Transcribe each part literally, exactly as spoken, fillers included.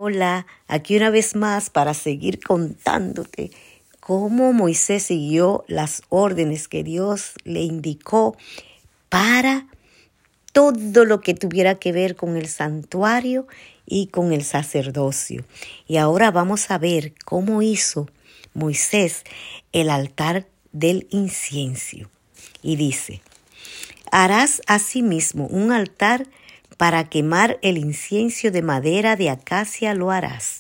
Hola, aquí una vez más para seguir contándote cómo Moisés siguió las órdenes que Dios le indicó para todo lo que tuviera que ver con el santuario y con el sacerdocio. Y ahora vamos a ver cómo hizo Moisés el altar del incienso. Y dice: harás asimismo un altar para quemar el incienso de madera de acacia lo harás.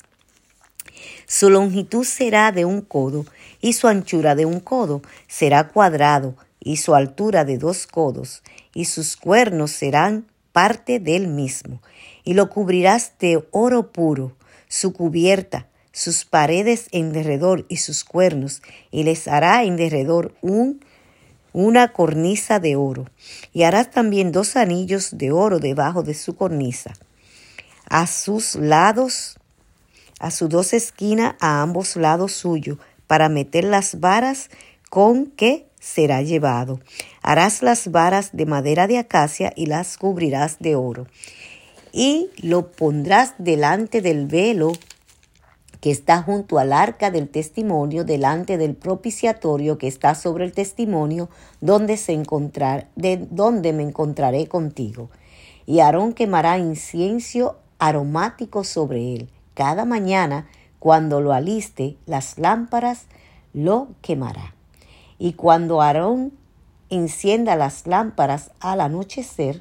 Su longitud será de un codo y su anchura de un codo, será cuadrado y su altura de dos codos, y sus cuernos serán parte del mismo. Y lo cubrirás de oro puro, su cubierta, sus paredes en derredor y sus cuernos, y les hará en derredor un una cornisa de oro, y harás también dos anillos de oro debajo de su cornisa, a sus lados, a sus dos esquinas, a ambos lados suyo, para meter las varas con que será llevado. Harás las varas de madera de acacia y las cubrirás de oro, y lo pondrás delante del velo que está junto al arca del testimonio, delante del propiciatorio que está sobre el testimonio, donde se encontrar, de donde me encontraré contigo. Y Aarón quemará incienso aromático sobre él. Cada mañana, cuando lo aliste, las lámparas lo quemará. Y cuando Aarón encienda las lámparas al anochecer,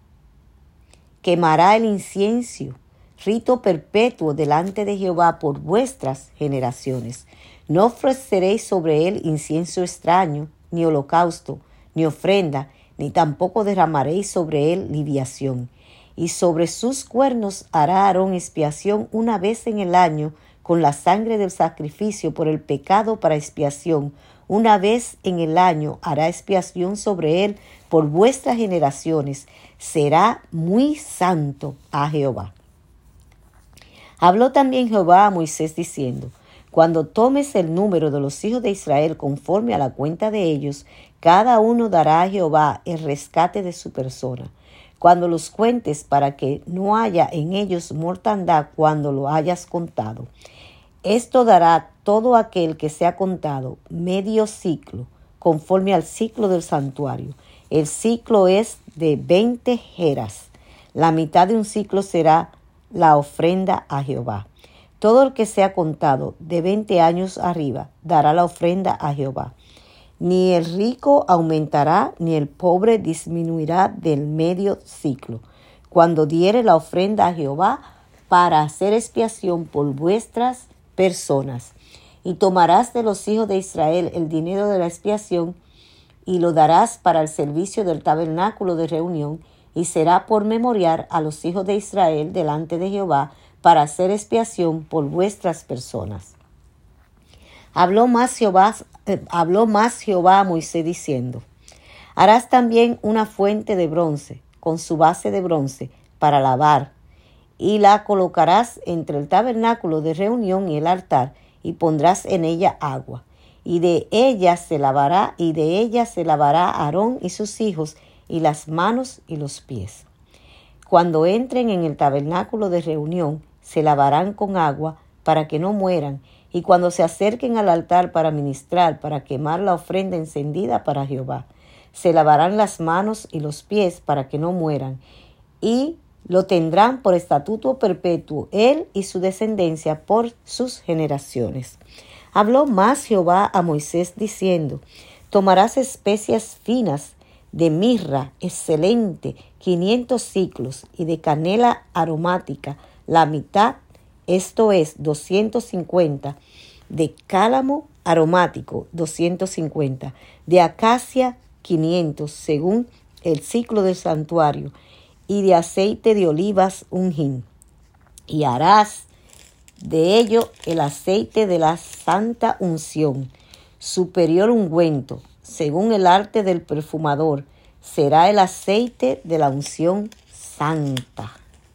quemará el incienso, rito perpetuo delante de Jehová por vuestras generaciones. No ofreceréis sobre él incienso extraño, ni holocausto, ni ofrenda, ni tampoco derramaréis sobre él libación. Y sobre sus cuernos hará Aarón expiación una vez en el año con la sangre del sacrificio por el pecado para expiación. Una vez en el año hará expiación sobre él por vuestras generaciones. Será muy santo a Jehová. Habló también Jehová a Moisés diciendo: cuando tomes el número de los hijos de Israel conforme a la cuenta de ellos, cada uno dará a Jehová el rescate de su persona. Cuando los cuentes, para que no haya en ellos mortandad cuando lo hayas contado. Esto dará todo aquel que sea contado medio ciclo, conforme al ciclo del santuario. El ciclo es de veinte geras. La mitad de un ciclo será la ofrenda a Jehová. Todo el que sea contado de veinte años arriba dará la ofrenda a Jehová. Ni el rico aumentará, ni el pobre disminuirá del medio ciclo, cuando diere la ofrenda a Jehová para hacer expiación por vuestras personas. Y tomarás de los hijos de Israel el dinero de la expiación y lo darás para el servicio del tabernáculo de reunión, y será por memorial a los hijos de Israel delante de Jehová para hacer expiación por vuestras personas. Habló más Jehová, eh, habló más Jehová a Moisés diciendo: harás también una fuente de bronce con su base de bronce para lavar, y la colocarás entre el tabernáculo de reunión y el altar, y pondrás en ella agua, y de ella se lavará, y de ella se lavará Aarón y sus hijos, y las manos y los pies. Cuando entren en el tabernáculo de reunión, se lavarán con agua para que no mueran, y cuando se acerquen al altar para ministrar, para quemar la ofrenda encendida para Jehová, se lavarán las manos y los pies para que no mueran, y lo tendrán por estatuto perpetuo, él y su descendencia por sus generaciones. Habló más Jehová a Moisés diciendo: tomarás especias finas de mirra excelente, quinientos ciclos, y de canela aromática, la mitad, esto es, doscientos cincuenta, de cálamo aromático, doscientos cincuenta, de acacia, quinientos, según el ciclo del santuario, y de aceite de olivas un hin. Y harás de ello el aceite de la santa unción, superior ungüento, según el arte del perfumador, será el aceite de la unción santa.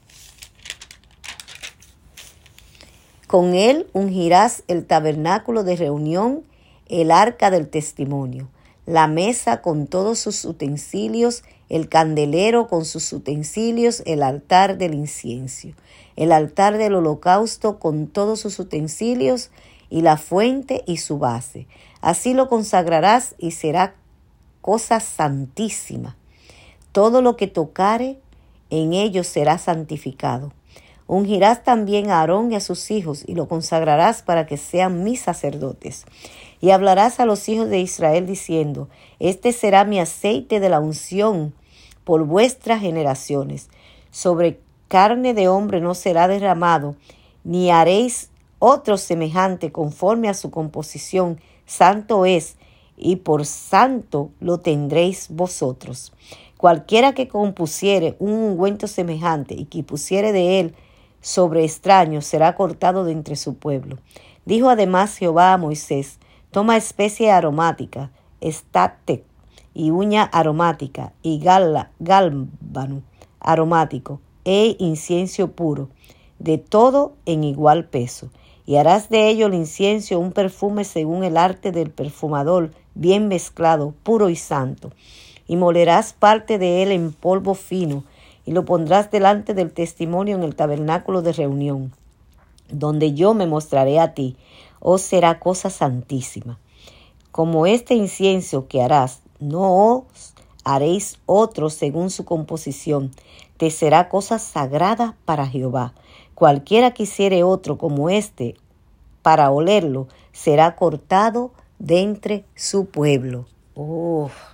Con él ungirás el tabernáculo de reunión, el arca del testimonio, la mesa con todos sus utensilios, el candelero con sus utensilios, el altar del incienso, el altar del holocausto con todos sus utensilios, y la fuente y su base. Así lo consagrarás y será cosa santísima. Todo lo que tocare en ellos será santificado. Ungirás también a Aarón y a sus hijos, y lo consagrarás para que sean mis sacerdotes. Y hablarás a los hijos de Israel diciendo: Este será mi aceite de la unción por vuestras generaciones. Sobre carne de hombre no será derramado, ni haréis otro semejante conforme a su composición. Santo es, y por santo lo tendréis vosotros. Cualquiera que compusiere un ungüento semejante y que pusiere de él sobre extraños será cortado de entre su pueblo. Dijo además Jehová a Moisés: Toma especie aromática, estate, y uña aromática, y gala, gálbano aromático, e incienso puro, de todo en igual peso. Y harás de ello el incienso un perfume según el arte del perfumador, bien mezclado, puro y santo. Y molerás parte de él en polvo fino, y lo pondrás delante del testimonio en el tabernáculo de reunión, donde yo me mostraré a ti. Os será cosa santísima. Como este incienso que harás, no os haréis otro según su composición, te será cosa sagrada para Jehová. Cualquiera que hiciere otro como este para olerlo, será cortado de entre su pueblo. Oh.